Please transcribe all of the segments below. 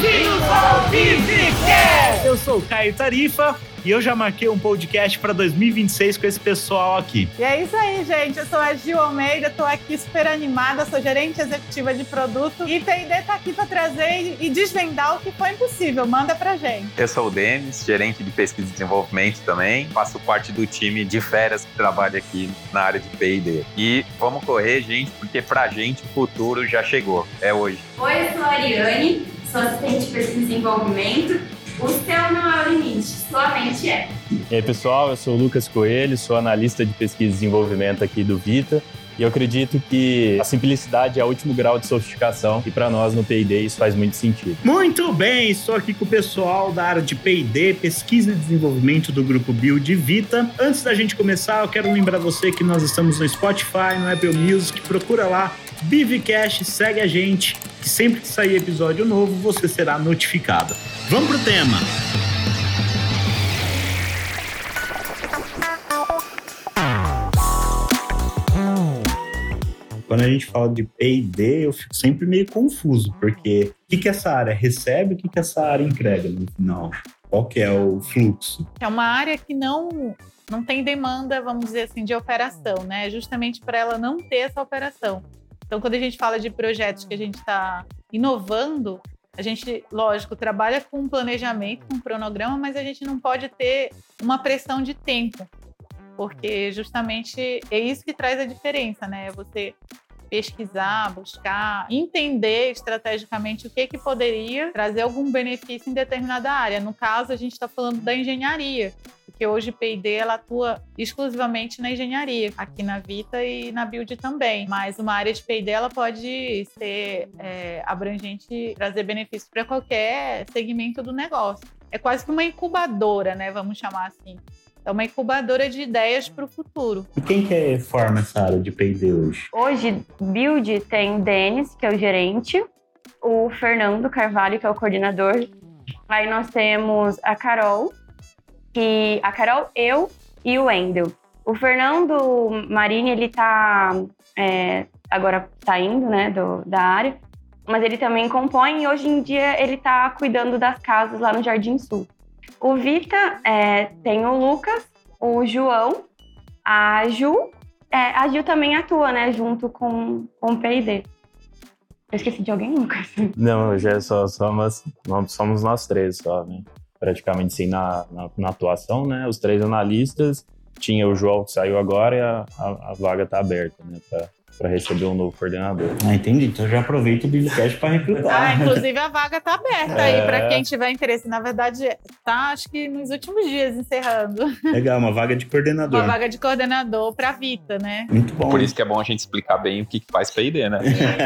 Bem-vindos ao Bivcast! Eu sou o Caio Tarifa e eu já marquei um podcast para 2026 com esse pessoal aqui. E é isso aí, gente. Eu sou a Gil Almeida, tô aqui super animada, sou gerente executiva de produto e P&D tá aqui para trazer e desvendar o que foi impossível. Manda pra gente. Eu sou o Denis, gerente de pesquisa e desenvolvimento também. Faço parte do time de feras que trabalha aqui na área de P&D. E vamos correr, gente, porque pra gente o futuro já chegou. É hoje. Oi, eu sou a Ariane, sou assistente de pesquisa e desenvolvimento. O céu não é o limite, sua mente é. E aí, pessoal, eu sou o Lucas Coelho, sou analista de pesquisa e desenvolvimento aqui do Vita. E eu acredito que a simplicidade é o último grau de sofisticação e para nós no P&D isso faz muito sentido. Muito bem, estou aqui com o pessoal da área de P&D, pesquisa e desenvolvimento do Grupo Build Vita. Antes da gente começar, eu quero lembrar você que nós estamos no Spotify, no Apple Music, procura lá, Bivcast, segue a gente, que sempre que sair episódio novo você será notificado. Vamos pro tema! Quando a gente fala de P&D, eu fico sempre meio confuso, porque o que essa área recebe e o que essa área entrega no final? Qual que é o fluxo? É uma área que não tem demanda, vamos dizer assim, de operação, né? Justamente para ela não ter essa operação. Então, quando a gente fala de projetos que a gente está inovando, a gente, lógico, trabalha com planejamento, com cronograma, mas a gente não pode ter uma pressão de tempo, porque justamente é isso que traz a diferença, né? Você pesquisar, buscar, entender estrategicamente o que poderia trazer algum benefício em determinada área. No caso, a gente está falando da engenharia, porque hoje P&D ela atua exclusivamente na engenharia, aqui na Vita e na Build também. Mas uma área de P&D ela pode ser abrangente, trazer benefícios para qualquer segmento do negócio. É quase que uma incubadora, né? Vamos chamar assim. É uma incubadora de ideias para o futuro. E quem que forma essa área de P&D hoje? Hoje, Build tem o Denis, que é o gerente, o Fernando Carvalho, que é o coordenador. Aí nós temos a Carol, eu e o Wendel. O Fernando Marini, ele tá agora saindo, né, da área, mas ele também compõe e hoje em dia ele tá cuidando das casas lá no Jardim Sul. O Vita tem o Lucas, o João, a Ju. A Gil também atua, né, junto com o P&D. Eu esqueci de alguém, Lucas? Não, já somos nós três só, né? Praticamente sim na atuação, né? Os três analistas. Tinha o João que saiu agora e a vaga está aberta, né? Para receber um novo coordenador. Ah, entendi. Então já aproveita o Bivcast para recrutar. Inclusive a vaga está aberta aí para quem tiver interesse. Na verdade, tá acho que nos últimos dias encerrando. Legal, uma vaga de coordenador. Uma vaga de coordenador para a Vita, né? Muito bom. Por isso que é bom a gente explicar bem o que faz P&D, né?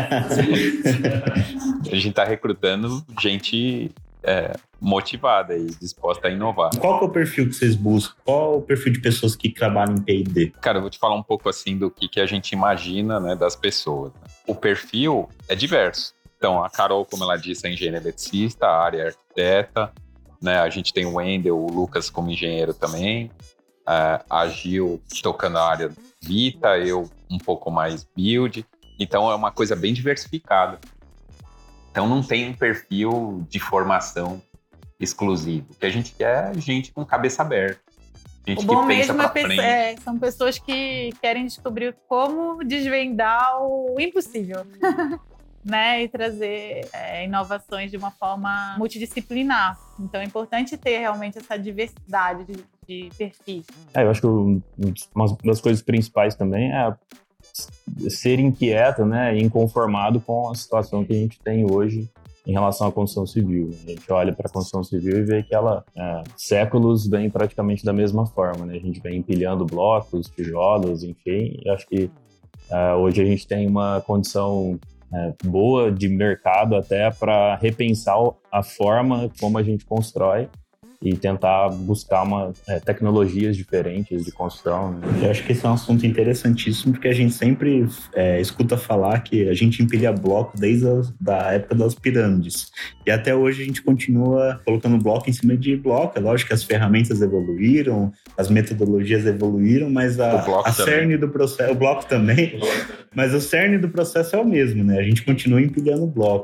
A gente está recrutando gente motivada e disposta a inovar. Qual que é o perfil que vocês buscam? Qual é o perfil de pessoas que trabalham em P&D? Cara, eu vou te falar um pouco assim do que a gente imagina, né, das pessoas. O perfil é diverso. Então, a Carol, como ela disse, é engenheira eletricista, a área é arquiteta, né? A gente tem o Wendel, o Lucas como engenheiro também, a Gil tocando a área Vita, eu um pouco mais Build. Então, é uma coisa bem diversificada. Então, não tem um perfil de formação exclusivo. O que a gente quer é gente com cabeça aberta. Gente que pensa pra frente. São pessoas que querem descobrir como desvendar o impossível. Né? E trazer inovações de uma forma multidisciplinar. Então, é importante ter realmente essa diversidade de perfis. Eu acho que uma das coisas principais também é ser inquieto, né, e inconformado com a situação que a gente tem hoje em relação à construção civil. A gente olha para a construção civil e vê que ela, séculos, vem praticamente da mesma forma, né? A gente vem empilhando blocos, tijolos, enfim, e acho que hoje a gente tem uma condição boa de mercado até para repensar a forma como a gente constrói e tentar buscar tecnologias diferentes de construção. Né? Eu acho que esse é um assunto interessantíssimo, porque a gente sempre escuta falar que a gente empilha bloco desde a época das pirâmides. E até hoje a gente continua colocando bloco em cima de bloco. É lógico que as ferramentas evoluíram, as metodologias evoluíram, mas a cerne do processo... O bloco também. Mas o cerne do processo é o mesmo, né? A gente continua empilhando bloco.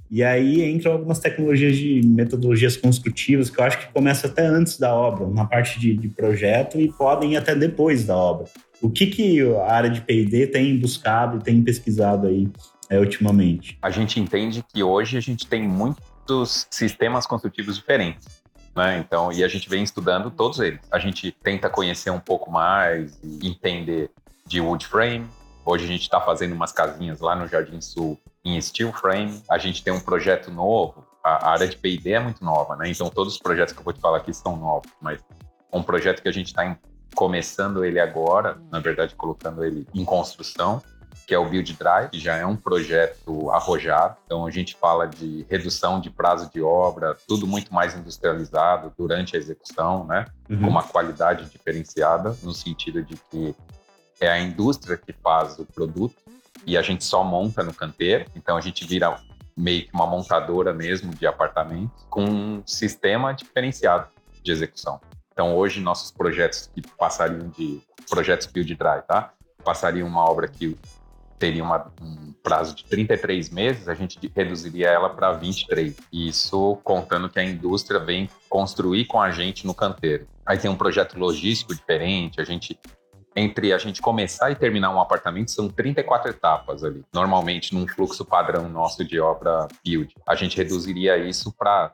E aí entram algumas tecnologias de metodologias construtivas que eu acho que começam até antes da obra, na parte de projeto, e podem ir até depois da obra. O que a área de P&D tem buscado e tem pesquisado aí ultimamente? A gente entende que hoje a gente tem muitos sistemas construtivos diferentes, né? Então, e a gente vem estudando todos eles. A gente tenta conhecer um pouco mais e entender de wood frame. Hoje a gente está fazendo umas casinhas lá no Jardim Sul em steel frame. A gente tem um projeto novo. A área de P&D é muito nova, né? Então todos os projetos que eu vou te falar aqui são novos, mas um projeto que a gente está começando ele agora, na verdade colocando ele em construção, que é o Build Drive, que já é um projeto arrojado. Então a gente fala de redução de prazo de obra, tudo muito mais industrializado durante a execução, né? Com uma qualidade diferenciada, no sentido de que é a indústria que faz o produto e a gente só monta no canteiro. Então a gente vira meio que uma montadora mesmo de apartamentos com um sistema diferenciado de execução. Então hoje nossos projetos que passariam de projetos Build Drive, tá? Passariam uma obra que teria um prazo de 33 meses, a gente reduziria ela para 23. Isso contando que a indústria vem construir com a gente no canteiro. Aí tem um projeto logístico diferente, entre a gente começar e terminar um apartamento, são 34 etapas ali. Normalmente, num fluxo padrão nosso de obra build, a gente reduziria isso para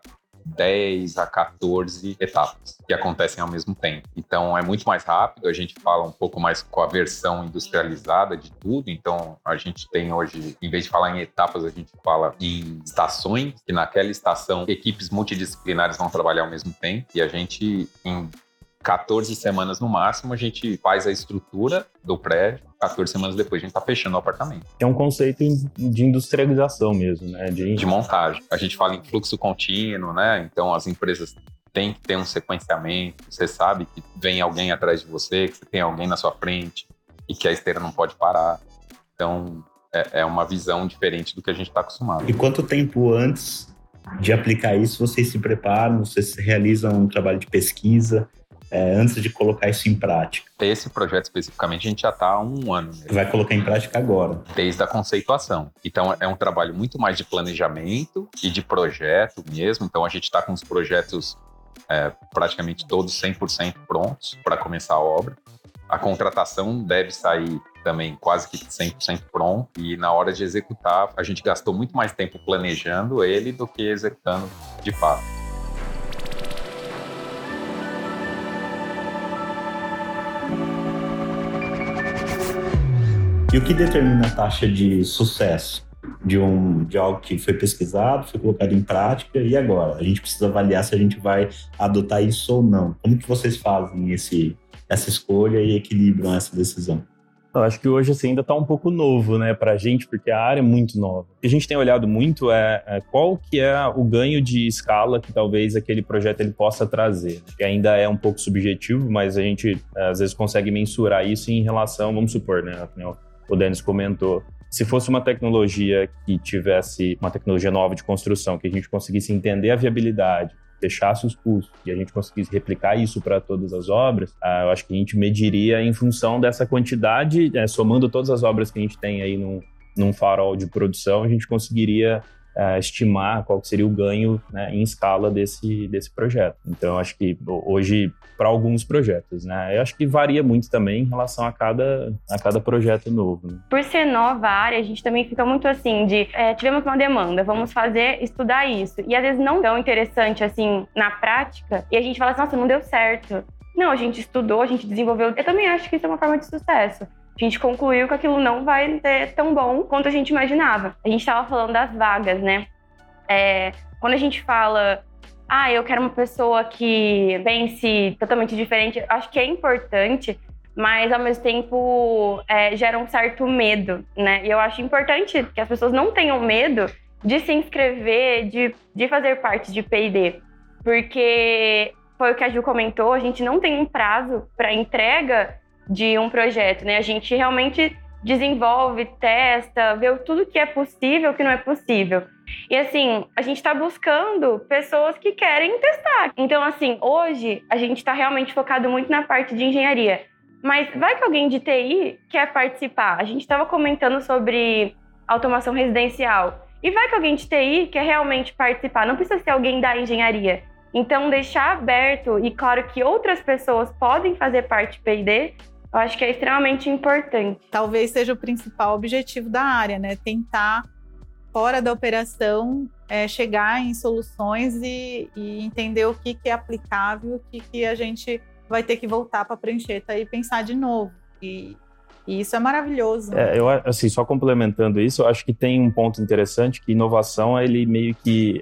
10 a 14 etapas que acontecem ao mesmo tempo. Então, é muito mais rápido, a gente fala um pouco mais com a versão industrializada de tudo. Então, a gente tem hoje, em vez de falar em etapas, a gente fala em estações, que naquela estação, equipes multidisciplinares vão trabalhar ao mesmo tempo. E a gente, em 14 semanas no máximo, a gente faz a estrutura do prédio, 14 semanas depois a gente está fechando o apartamento. É um conceito de industrialização mesmo, né? De montagem. A gente fala em fluxo contínuo, né? Então as empresas têm que ter um sequenciamento, você sabe que vem alguém atrás de você, que tem alguém na sua frente e que a esteira não pode parar. Então é uma visão diferente do que a gente está acostumado. E quanto tempo antes de aplicar isso, vocês se preparam, vocês realizam um trabalho de pesquisa, antes de colocar isso em prática? Esse projeto especificamente a gente já está há um ano mesmo. Vai colocar em prática agora? Desde a conceituação. Então é um trabalho muito mais de planejamento e de projeto mesmo. Então a gente está com os projetos praticamente todos 100% prontos para começar a obra. A contratação deve sair também quase que 100% pronto, e na hora de executar a gente gastou muito mais tempo planejando ele do que executando de fato. E o que determina a taxa de sucesso de algo que foi pesquisado, foi colocado em prática, e agora? A gente precisa avaliar se a gente vai adotar isso ou não. Como que vocês fazem essa escolha e equilibram essa decisão? Eu acho que hoje assim, ainda está um pouco novo, né, para a gente, porque a área é muito nova. O que a gente tem olhado muito é qual que é o ganho de escala que talvez aquele projeto ele possa trazer. Que ainda é um pouco subjetivo, mas a gente às vezes consegue mensurar isso em relação, vamos supor, né, o Denis comentou, se fosse uma tecnologia que tivesse uma tecnologia nova de construção, que a gente conseguisse entender a viabilidade, fechasse os custos e a gente conseguisse replicar isso para todas as obras, eu acho que a gente mediria em função dessa quantidade, somando todas as obras que a gente tem aí num farol de produção, a gente conseguiria estimar qual que seria o ganho, né, em escala desse projeto. Então, acho que hoje, para alguns projetos, né, eu acho que varia muito também em relação a cada projeto novo. Né? Por ser nova a área, a gente também fica muito assim de, tivemos uma demanda, vamos estudar isso. E às vezes não tão interessante assim na prática, e a gente fala assim, nossa, não deu certo. Não, a gente estudou, a gente desenvolveu. Eu também acho que isso é uma forma de sucesso. A gente concluiu que aquilo não vai ser tão bom quanto a gente imaginava. A gente estava falando das vagas, né? Quando a gente fala, eu quero uma pessoa que pense totalmente diferente, acho que é importante, mas ao mesmo tempo gera um certo medo, né? E eu acho importante que as pessoas não tenham medo de se inscrever, de fazer parte de P&D, porque foi o que a Ju comentou, a gente não tem um prazo para entrega de um projeto, né? A gente realmente desenvolve, testa, vê tudo que é possível, o que não é possível. E assim, a gente está buscando pessoas que querem testar. Então assim, hoje a gente está realmente focado muito na parte de engenharia. Mas vai que alguém de TI quer participar. A gente estava comentando sobre automação residencial. E vai que alguém de TI quer realmente participar, não precisa ser alguém da engenharia. Então, deixar aberto, e claro que outras pessoas podem fazer parte de P&D, eu acho que é extremamente importante. Talvez seja o principal objetivo da área, né? Tentar, fora da operação, chegar em soluções e entender o que é aplicável, o que a gente vai ter que voltar para a prancheta e pensar de novo. E isso é maravilhoso. Eu, assim, só complementando isso, eu acho que tem um ponto interessante, que inovação, ele meio que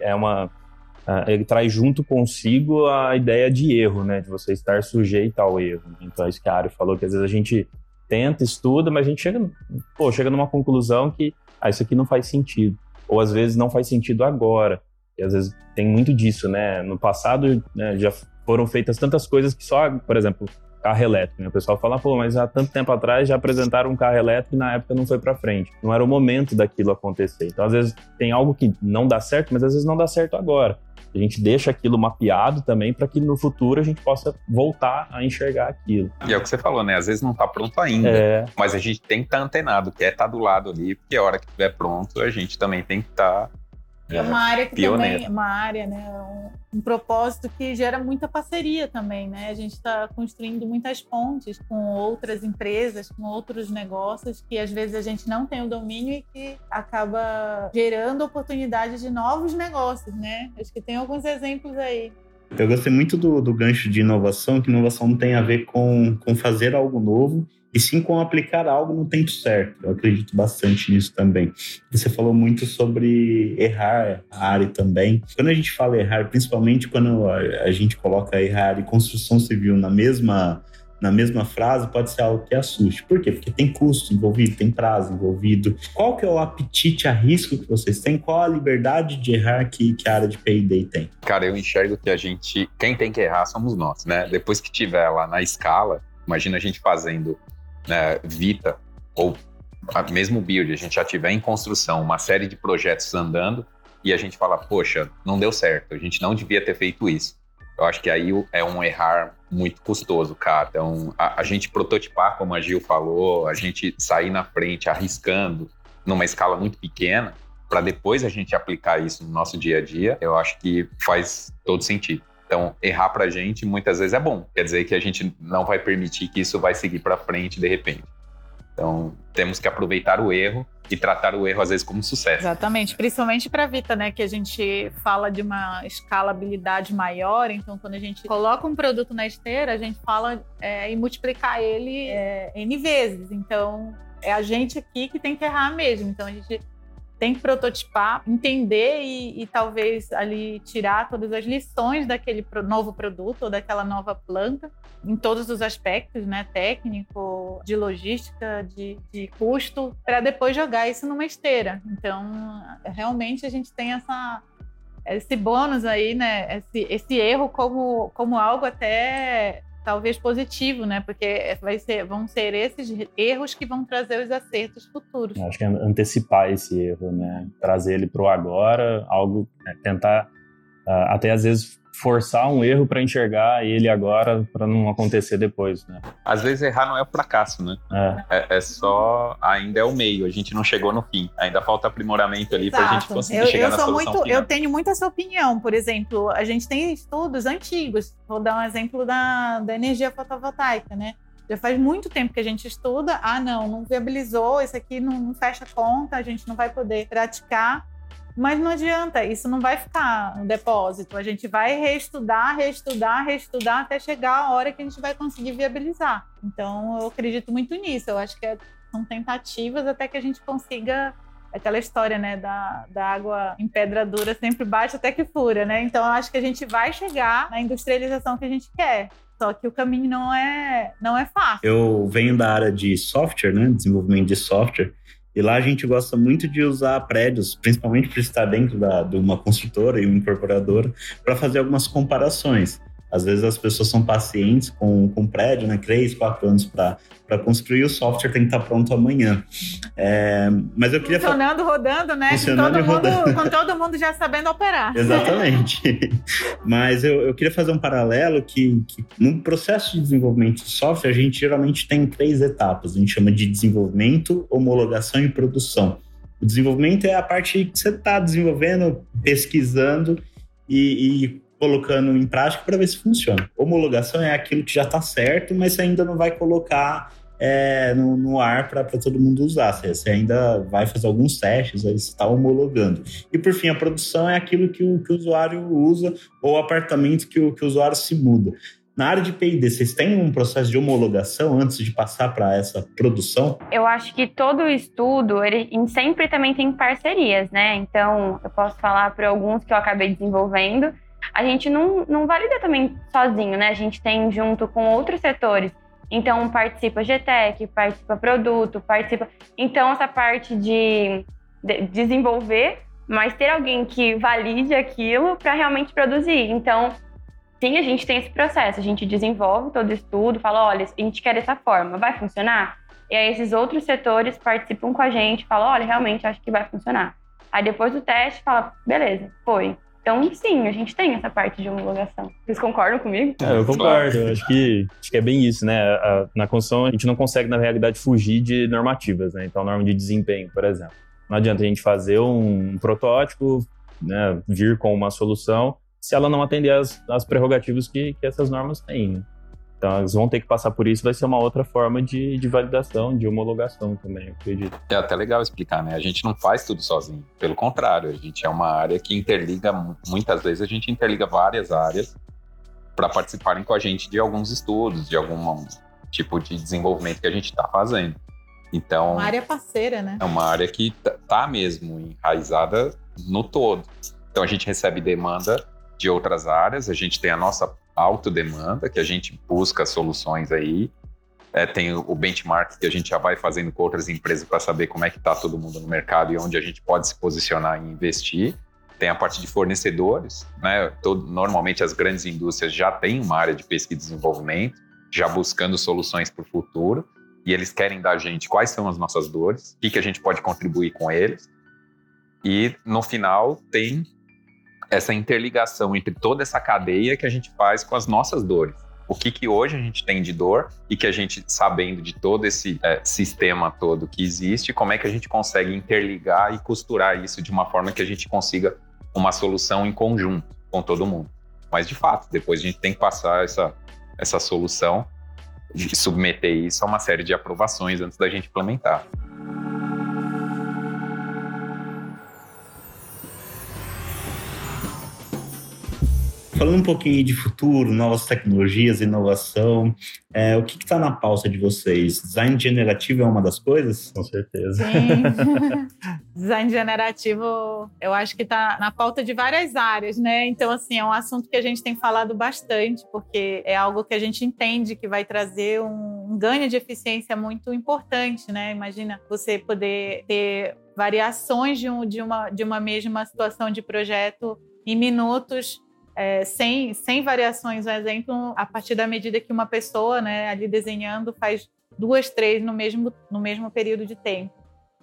ele traz junto consigo a ideia de erro, né? De você estar sujeito ao erro. Então, é isso que a Ari falou, que às vezes a gente tenta, estuda, mas a gente chega numa conclusão que isso aqui não faz sentido. Ou às vezes não faz sentido agora. E às vezes tem muito disso, né? No passado, né, já foram feitas tantas coisas que só, por exemplo, carro elétrico, né? O pessoal fala, mas há tanto tempo atrás já apresentaram um carro elétrico e na época não foi para frente. Não era o momento daquilo acontecer. Então, às vezes, tem algo que não dá certo, mas às vezes não dá certo agora. A gente deixa aquilo mapeado também para que no futuro a gente possa voltar a enxergar aquilo. E é o que você falou, né? Às vezes não está pronto ainda, mas a gente tem que estar antenado, que estar do lado ali, porque a hora que estiver pronto, a gente também tem que estar É uma área que pioneiro. também, uma área, né, um propósito que gera muita parceria também, né? A gente está construindo muitas pontes com outras empresas, com outros negócios que às vezes a gente não tem o domínio e que acaba gerando oportunidades de novos negócios, né? Acho que tem alguns exemplos aí. Eu gostei muito do gancho de inovação, que inovação não tem a ver com fazer algo novo, e sim com aplicar algo no tempo certo. Eu acredito bastante nisso também. Você falou muito sobre errar a área também. Quando a gente fala errar, principalmente quando a gente coloca errar e construção civil na mesma frase, pode ser algo que assuste. Por quê? Porque tem custo envolvido, tem prazo envolvido. Qual que é o apetite a risco que vocês têm? Qual a liberdade de errar que a área de P&D tem? Cara, eu enxergo que quem tem que errar somos nós, né? Depois que tiver lá na escala, imagina a gente fazendo, né, Vita ou mesmo Build, a gente já tiver em construção uma série de projetos andando e a gente fala, poxa, não deu certo, a gente não devia ter feito isso. Eu acho que aí é um errar muito custoso, cara. Então, a gente prototipar, como a Gil falou, a gente sair na frente arriscando numa escala muito pequena, para depois a gente aplicar isso no nosso dia a dia, eu acho que faz todo sentido. Então, errar pra gente muitas vezes é bom. Quer dizer que a gente não vai permitir que isso vai seguir para frente de repente. Então, temos que aproveitar o erro e tratar o erro, às vezes, como sucesso. Exatamente, principalmente para a Vita, né, que a gente fala de uma escalabilidade maior, então quando a gente coloca um produto na esteira, a gente fala em multiplicar ele N vezes, então é a gente aqui que tem que errar mesmo, então a gente tem que prototipar, entender e talvez ali tirar todas as lições daquele novo produto ou daquela nova planta, em todos os aspectos, né, técnico, de logística, de custo, para depois jogar isso numa esteira. Então, realmente a gente tem esse bônus aí, né, esse erro como algo até talvez positivo, né? Porque vão ser esses erros que vão trazer os acertos futuros. Acho que é antecipar esse erro, né? Trazer ele para o agora, algo, tentar até às vezes forçar um erro para enxergar ele agora, para não acontecer depois, né? Às vezes errar não é o fracasso, né? É só, ainda é o meio, a gente não chegou no fim, ainda falta aprimoramento ali para a gente conseguir chegar na solução final. Eu tenho muito essa opinião, por exemplo, a gente tem estudos antigos, vou dar um exemplo da energia fotovoltaica, né? Já faz muito tempo que a gente estuda, não viabilizou, isso aqui não fecha conta, a gente não vai poder praticar. Mas não adianta, isso não vai ficar no depósito. A gente vai reestudar até chegar a hora que a gente vai conseguir viabilizar. Então, eu acredito muito nisso. Eu acho que são tentativas até que a gente consiga aquela história, né, da água em pedra dura sempre bate até que fura, né? Então, eu acho que a gente vai chegar na industrialização que a gente quer. Só que o caminho não é fácil. Eu venho da área de software, né, desenvolvimento de software. E lá a gente gosta muito de usar prédios, principalmente por estar dentro de uma construtora e uma incorporadora, para fazer algumas comparações. Às vezes as pessoas são pacientes com prédio, né, 3, 4 anos para construir, o software tem que estar pronto amanhã. Mas eu queria rodando, né? Com todo mundo já sabendo operar. Exatamente. Mas eu queria fazer um paralelo que no processo de desenvolvimento de software, a gente geralmente tem 3 etapas. A gente chama de desenvolvimento, homologação e produção. O desenvolvimento é a parte que você está desenvolvendo, pesquisando e colocando em prática para ver se funciona. Homologação é aquilo que já está certo, mas você ainda não vai colocar no ar para todo mundo usar. Você ainda vai fazer alguns testes, aí você está homologando. E, por fim, a produção é aquilo que o usuário usa ou o apartamento que o usuário se muda. Na área de P&D, vocês têm um processo de homologação antes de passar para essa produção? Eu acho que todo estudo, ele sempre também tem parcerias, né? Então, eu posso falar para alguns que eu acabei desenvolvendo. A gente não valida também sozinho, né? A gente tem junto com outros setores. Então, participa GTEC, participa produto, participa... Então, essa parte de desenvolver, mas ter alguém que valide aquilo para realmente produzir. Então, sim, a gente tem esse processo. A gente desenvolve todo o estudo, fala, olha, a gente quer dessa forma, vai funcionar? E aí, esses outros setores participam com a gente, falam, olha, realmente acho que vai funcionar. Aí, depois do teste, fala, beleza, foi. Então, sim, a gente tem essa parte de homologação. Vocês concordam comigo? Eu concordo. Eu acho que é bem isso, né? Na construção, a gente não consegue, na realidade, fugir de normativas, né? Então, norma de desempenho, por exemplo. Não adianta a gente fazer um protótipo, né, vir com uma solução, se ela não atender às prerrogativas que essas normas têm, né? Então, elas vão ter que passar por isso, vai ser uma outra forma de validação, de homologação também, eu acredito. É até legal explicar, né? A gente não faz tudo sozinho. Pelo contrário, a gente é uma área que interliga, muitas vezes a gente interliga várias áreas para participarem com a gente de alguns estudos, de algum tipo de desenvolvimento que a gente está fazendo. Então, uma área parceira, né? É uma área que está mesmo enraizada no todo. Então, a gente recebe demanda de outras áreas, a gente tem a nossa autodemanda, que a gente busca soluções aí, tem o benchmark que a gente já vai fazendo com outras empresas para saber como é que está todo mundo no mercado e onde a gente pode se posicionar e investir. Tem a parte de fornecedores, né? Normalmente as grandes indústrias já têm uma área de pesquisa e desenvolvimento, já buscando soluções para o futuro, e eles querem da gente quais são as nossas dores, o que a gente pode contribuir com eles. E no final tem essa interligação entre toda essa cadeia que a gente faz com as nossas dores. O que hoje a gente tem de dor e que a gente, sabendo de todo esse sistema todo que existe, como é que a gente consegue interligar e costurar isso de uma forma que a gente consiga uma solução em conjunto com todo mundo. Mas, de fato, depois a gente tem que passar essa solução e submeter isso a uma série de aprovações antes da gente implementar. Falando um pouquinho de futuro, novas tecnologias, inovação, o que está na pauta de vocês? Design generativo é uma das coisas? Com certeza. Sim. Design generativo, eu acho que está na pauta de várias áreas, né? Então, assim, é um assunto que a gente tem falado bastante, porque é algo que a gente entende que vai trazer um ganho de eficiência muito importante, né? Imagina você poder ter variações de uma mesma situação de projeto em minutos, sem variações. Um exemplo, a partir da medida que uma pessoa, né, ali desenhando faz 2, 3 no mesmo período de tempo.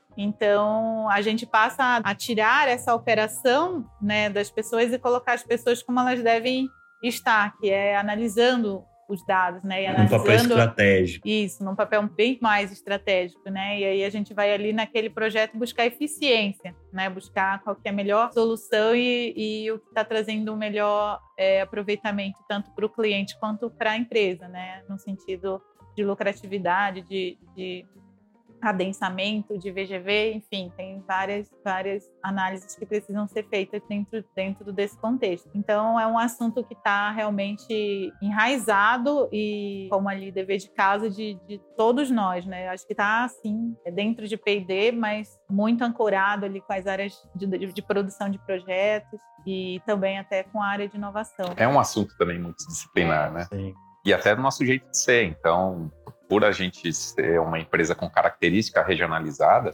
Então, a gente passa a tirar essa operação, né, das pessoas e colocar as pessoas como elas devem estar, que é analisando os dados, né? E analisando, papel estratégico. Isso, num papel bem mais estratégico, né? E aí a gente vai ali naquele projeto buscar eficiência, né? Buscar qual que é a melhor solução e o que está trazendo o melhor aproveitamento tanto para o cliente quanto para a empresa, né? No sentido de lucratividade, de adensamento, de VGV, enfim, tem várias análises que precisam ser feitas dentro desse contexto. Então, é um assunto que está realmente enraizado e como ali dever de casa de todos nós, né? Acho que está, assim, dentro de P&D, mas muito ancorado ali com as áreas de produção de projetos e também até com a área de inovação. É um assunto também multidisciplinar, né? Sim. E até do nosso jeito de ser. Então, por a gente ser uma empresa com característica regionalizada,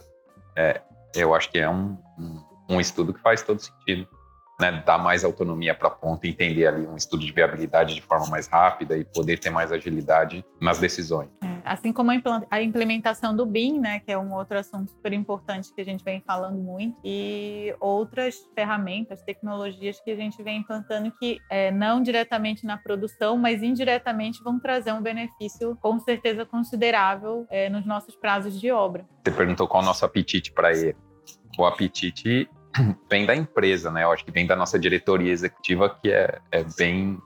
eu acho que é um estudo que faz todo sentido, né? Dar mais autonomia para a ponta, entender ali um estudo de viabilidade de forma mais rápida e poder ter mais agilidade nas decisões. Assim como a implementação do BIM, né, que é um outro assunto super importante que a gente vem falando muito, e outras ferramentas, tecnologias que a gente vem implantando que não diretamente na produção, mas indiretamente vão trazer um benefício com certeza considerável nos nossos prazos de obra. Você perguntou qual é o nosso apetite para erro. o apetite vem da empresa, né? Eu acho que vem da nossa diretoria executiva, que é bem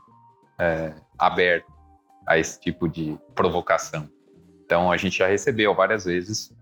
aberta a esse tipo de provocação. Então, a gente já recebeu várias vezes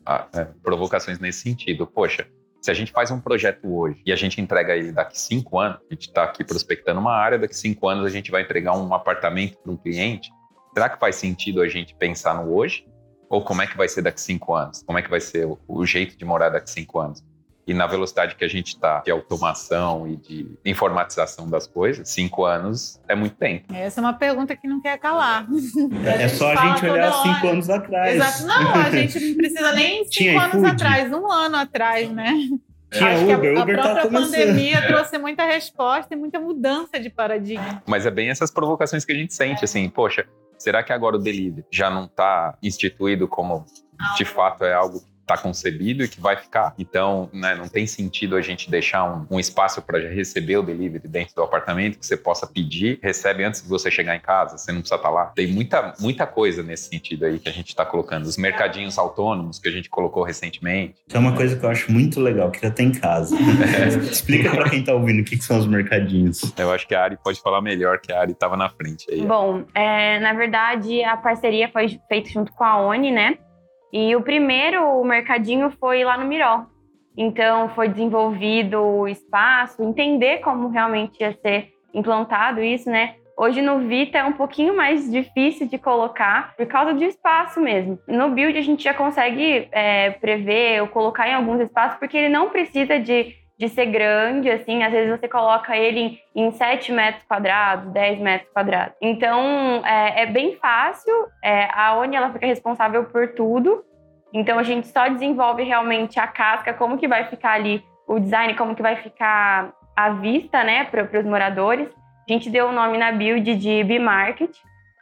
provocações nesse sentido. Poxa, se a gente faz um projeto hoje e a gente entrega ele daqui 5 anos, a gente está aqui prospectando uma área, daqui 5 anos a gente vai entregar um apartamento para um cliente, será que faz sentido a gente pensar no hoje? Ou como é que vai ser daqui 5 anos? Como é que vai ser o jeito de morar daqui 5 anos? E na velocidade que a gente está, de automação e de informatização das coisas, 5 anos é muito tempo. Essa é uma pergunta que não quer calar. É só a gente olhar 5 anos atrás. Exato. Não, a gente não precisa nem 5 anos atrás, 1 ano atrás, né? Tinha Acho Uber, que a Uber tá própria começando. pandemia trouxe muita resposta e muita mudança de paradigma. Mas é bem essas provocações que a gente sente, assim, poxa, será que agora o delivery já não está instituído como, de fato, é algo que está concebido e que vai ficar? Então, né, não tem sentido a gente deixar um espaço para receber o delivery dentro do apartamento, que você possa pedir, recebe antes de você chegar em casa, você não precisa estar lá. Tem muita coisa nesse sentido aí que a gente está colocando. Os mercadinhos autônomos que a gente colocou recentemente. Isso é uma coisa que eu acho muito legal, queria ter em casa. Explica para quem está ouvindo o que são os mercadinhos. Eu acho que a Ari pode falar melhor, que a Ari estava na frente aí. Bom, na verdade, a parceria foi feita junto com a ONI, né? E o primeiro mercadinho foi lá no Miró. Então, foi desenvolvido o espaço, entender como realmente ia ser implantado isso, né? Hoje no Vita é um pouquinho mais difícil de colocar por causa do espaço mesmo. No Build a gente já consegue prever ou colocar em alguns espaços, porque ele não precisa de ser grande, assim, às vezes você coloca ele em 7 metros quadrados, 10 metros quadrados. Então, é bem fácil, a ONI ela fica responsável por tudo, então a gente só desenvolve realmente a casca, como que vai ficar ali o design, como que vai ficar a vista, né, para os moradores. A gente deu o nome na build de B-Market,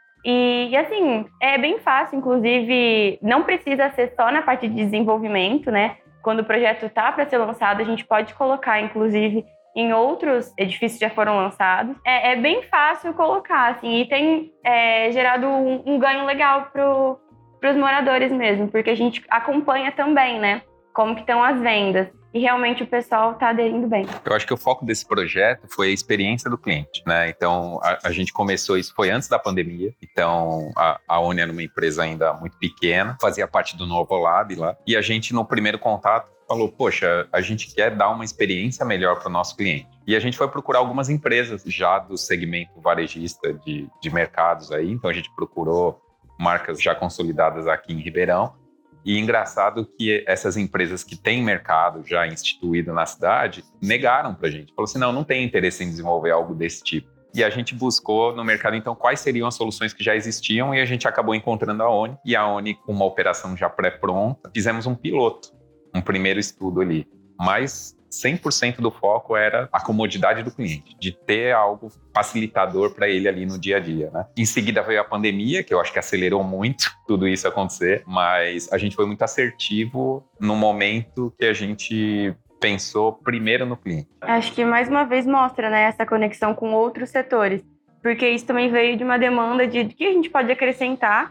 e assim, é bem fácil, inclusive, não precisa ser só na parte de desenvolvimento, né? Quando o projeto está para ser lançado, a gente pode colocar, inclusive, em outros edifícios que já foram lançados. É bem fácil colocar, assim, e tem gerado um ganho legal para os moradores mesmo, porque a gente acompanha também, né, como que estão as vendas. E realmente o pessoal está aderindo bem. Eu acho que o foco desse projeto foi a experiência do cliente, né? Então, a gente começou isso, foi antes da pandemia. Então, a ONI era uma empresa ainda muito pequena, fazia parte do Novo Lab lá. E a gente, no primeiro contato, falou, poxa, a gente quer dar uma experiência melhor para o nosso cliente. E a gente foi procurar algumas empresas já do segmento varejista de mercados aí. Então, a gente procurou marcas já consolidadas aqui em Ribeirão. E engraçado que essas empresas que têm mercado já instituído na cidade negaram para a gente. Falou assim, não tem interesse em desenvolver algo desse tipo. E a gente buscou no mercado, então, quais seriam as soluções que já existiam e a gente acabou encontrando a ONI. E a ONI, com uma operação já pré-pronta, fizemos um piloto, um primeiro estudo ali. Mas 100% do foco era a comodidade do cliente, de ter algo facilitador para ele ali no dia a dia, né? Em seguida veio a pandemia, que eu acho que acelerou muito tudo isso acontecer, mas a gente foi muito assertivo no momento que a gente pensou primeiro no cliente. Acho que mais uma vez mostra, né, essa conexão com outros setores, porque isso também veio de uma demanda de que a gente pode acrescentar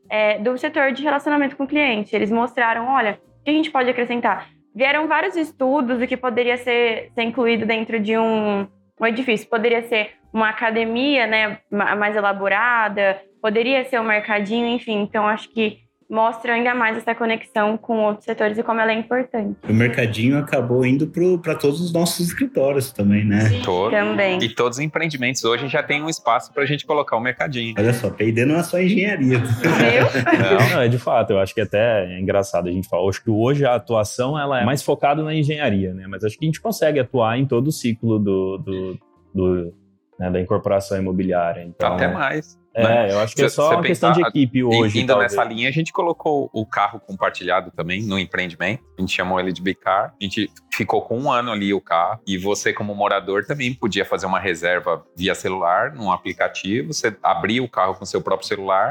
do setor de relacionamento com o cliente. Eles mostraram, olha, o que a gente pode acrescentar? Vieram vários estudos do que poderia ser incluído dentro de um edifício. Poderia ser uma academia, né, mais elaborada, poderia ser um mercadinho, enfim. Então, acho que mostra ainda mais essa conexão com outros setores e como ela é importante. O mercadinho acabou indo para todos os nossos escritórios também, né? Também. E todos os empreendimentos hoje já tem um espaço para a gente colocar o mercadinho. Olha só, P&D não é só engenharia. Não, de fato, eu acho que até é engraçado a gente falar. Acho que hoje a atuação ela é mais focada na engenharia, né? Mas acho que a gente consegue atuar em todo o ciclo da incorporação imobiliária. Então, até mais. Eu acho que é só uma questão de equipe hoje. Indo nessa linha, a gente colocou o carro compartilhado também no empreendimento. A gente chamou ele de Bicar. A gente ficou com 1 ano ali o carro. E você, como morador, também podia fazer uma reserva via celular, num aplicativo. Você abria o carro com seu próprio celular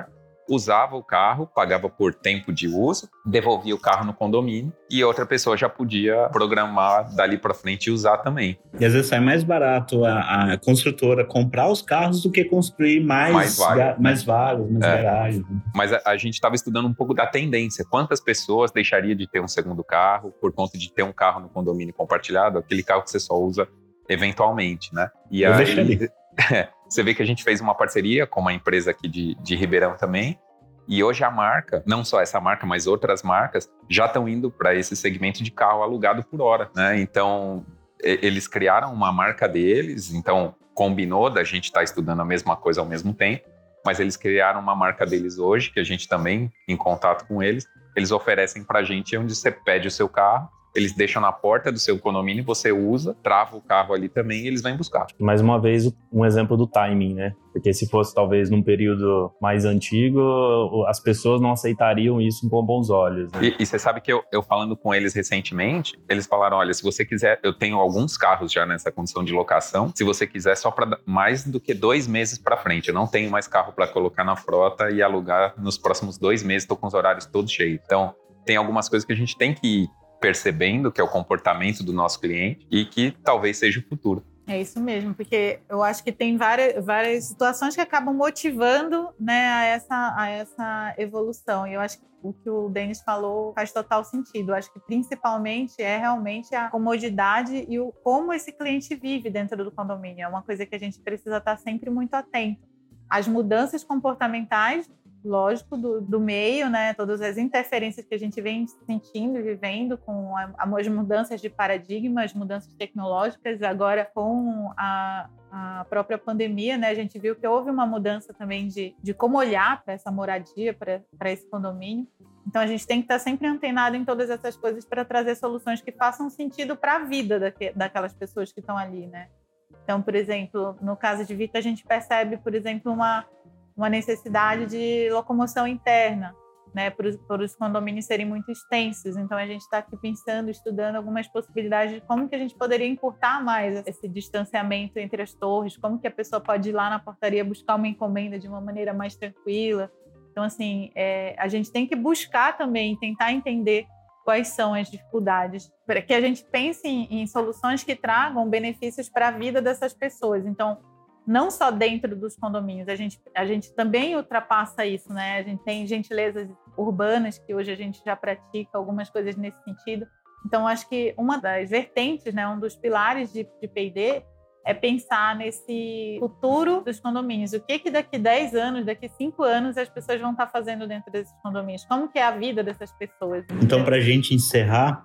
usava o carro, pagava por tempo de uso, devolvia o carro no condomínio e outra pessoa já podia programar dali para frente e usar também. E às vezes sai mais barato a construtora comprar os carros do que construir mais vagas, garagens. Mas a gente estava estudando um pouco da tendência. Quantas pessoas deixariam de ter um segundo carro por conta de ter um carro no condomínio compartilhado, aquele carro que você só usa eventualmente, né? E eu aí deixaria. Você vê que a gente fez uma parceria com uma empresa aqui de Ribeirão também, e hoje a marca, não só essa marca, mas outras marcas, já estão indo para esse segmento de carro alugado por hora, né? Então, eles criaram uma marca deles, então combinou da gente estar estudando a mesma coisa ao mesmo tempo, mas eles criaram uma marca deles hoje, que a gente também, em contato com eles oferecem para a gente onde você pede o seu carro, eles deixam na porta do seu condomínio, você usa, trava o carro ali também e eles vêm buscar. Mais uma vez, um exemplo do timing, né? Porque se fosse talvez num período mais antigo, as pessoas não aceitariam isso com bons olhos, né? E você sabe que eu falando com eles recentemente, eles falaram, olha, se você quiser, eu tenho alguns carros já nessa condição de locação, se você quiser só para mais do que 2 meses para frente, eu não tenho mais carro para colocar na frota e alugar nos próximos 2 meses, estou com os horários todos cheios. Então, tem algumas coisas que a gente tem que ir percebendo, que é o comportamento do nosso cliente e que talvez seja o futuro. É isso mesmo, porque eu acho que tem várias situações que acabam motivando, né, a essa evolução. E eu acho que o que o Denis falou faz total sentido. Eu acho que principalmente é realmente a comodidade e como esse cliente vive dentro do condomínio. É uma coisa que a gente precisa estar sempre muito atento. As mudanças comportamentais, lógico, do meio, né? Todas as interferências que a gente vem sentindo e vivendo com as mudanças de paradigma, as mudanças tecnológicas, agora com a própria pandemia, né? A gente viu que houve uma mudança também de como olhar para essa moradia, para esse condomínio. Então, a gente tem que estar sempre antenado em todas essas coisas para trazer soluções que façam sentido para a vida daquelas pessoas que estão ali, né? Então, por exemplo, no caso de Vita, a gente percebe, por exemplo, uma necessidade de locomoção interna, né, por os condomínios serem muito extensos. Então, a gente está aqui pensando, estudando algumas possibilidades de como que a gente poderia encurtar mais esse distanciamento entre as torres, como que a pessoa pode ir lá na portaria buscar uma encomenda de uma maneira mais tranquila. Então, assim, a gente tem que buscar também, tentar entender quais são as dificuldades, para que a gente pense em soluções que tragam benefícios para a vida dessas pessoas. Então, não só dentro dos condomínios, a gente também ultrapassa isso, né? A gente tem gentilezas urbanas que hoje a gente já pratica algumas coisas nesse sentido. Então, acho que uma das vertentes, né, um dos pilares de P&D é pensar nesse futuro dos condomínios. O que daqui 10 anos, daqui 5 anos as pessoas vão estar fazendo dentro desses condomínios? Como que é a vida dessas pessoas? Então, para a gente encerrar,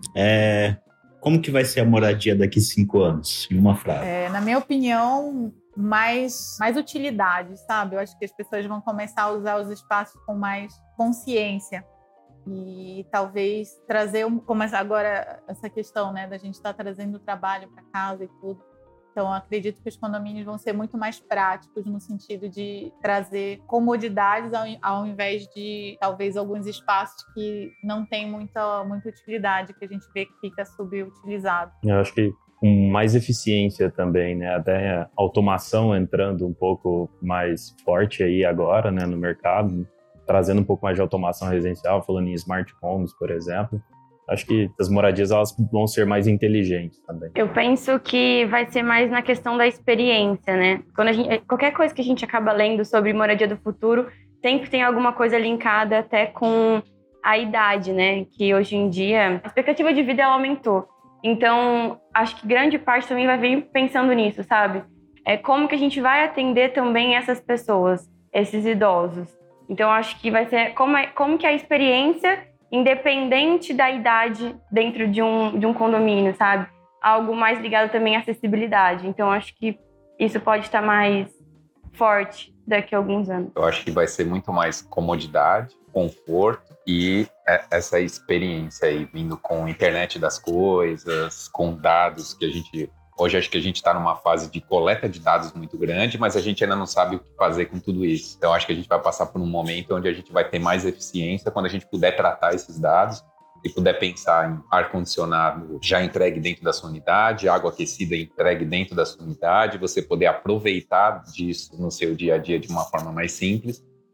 como que vai ser a moradia daqui 5 anos? Em uma frase. Na minha opinião, mais utilidade, sabe? Eu acho que as pessoas vão começar a usar os espaços com mais consciência e talvez trazer, como agora essa questão, né, da gente estar trazendo o trabalho para casa e tudo. Então, eu acredito que os condomínios vão ser muito mais práticos no sentido de trazer comodidades ao invés de, talvez, alguns espaços que não têm muita utilidade, que a gente vê que fica subutilizado. Eu acho que com mais eficiência também, né? Até a automação entrando um pouco mais forte aí agora, né, no mercado, trazendo um pouco mais de automação residencial, falando em smart homes, por exemplo. Acho que as moradias elas vão ser mais inteligentes também. Eu penso que vai ser mais na questão da experiência, né? Qualquer coisa que a gente acaba lendo sobre moradia do futuro, sempre tem alguma coisa linkada até com a idade, né? Que hoje em dia a expectativa de vida ela aumentou. Então, acho que grande parte também vai vir pensando nisso, sabe? Como que a gente vai atender também essas pessoas, esses idosos. Então, acho que vai ser como que a experiência, independente da idade, dentro de um condomínio, sabe? Algo mais ligado também à acessibilidade. Então, acho que isso pode estar mais forte daqui a alguns anos. Eu acho que vai ser muito mais comodidade, conforto e essa experiência aí, vindo com a internet das coisas, com dados que a gente... Hoje acho que a gente está numa fase de coleta de dados muito grande, mas a gente ainda não sabe o que fazer com tudo isso. Então acho que a gente vai passar por um momento onde a gente vai ter mais eficiência quando a gente puder tratar esses dados e puder pensar em ar-condicionado já entregue dentro da sua unidade, água aquecida entregue dentro da sua unidade, você poder aproveitar disso no seu dia a dia de uma forma mais simples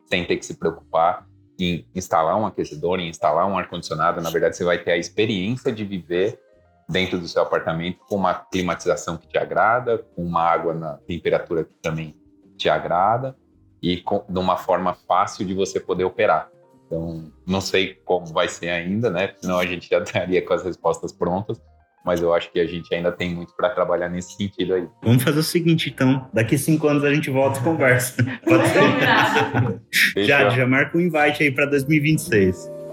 sem ter que se preocupar em instalar um aquecedor, em instalar um ar-condicionado. Na verdade, você vai ter a experiência de viver dentro do seu apartamento com uma climatização que te agrada, com uma água na temperatura que também te agrada e de uma forma fácil de você poder operar. Então, não sei como vai ser ainda, né? Senão a gente já estaria com as respostas prontas, mas eu acho que a gente ainda tem muito para trabalhar nesse sentido aí. Vamos fazer o seguinte, então. Daqui 5 anos a gente volta e conversa. Pode ser? Já marca um invite aí para 2026.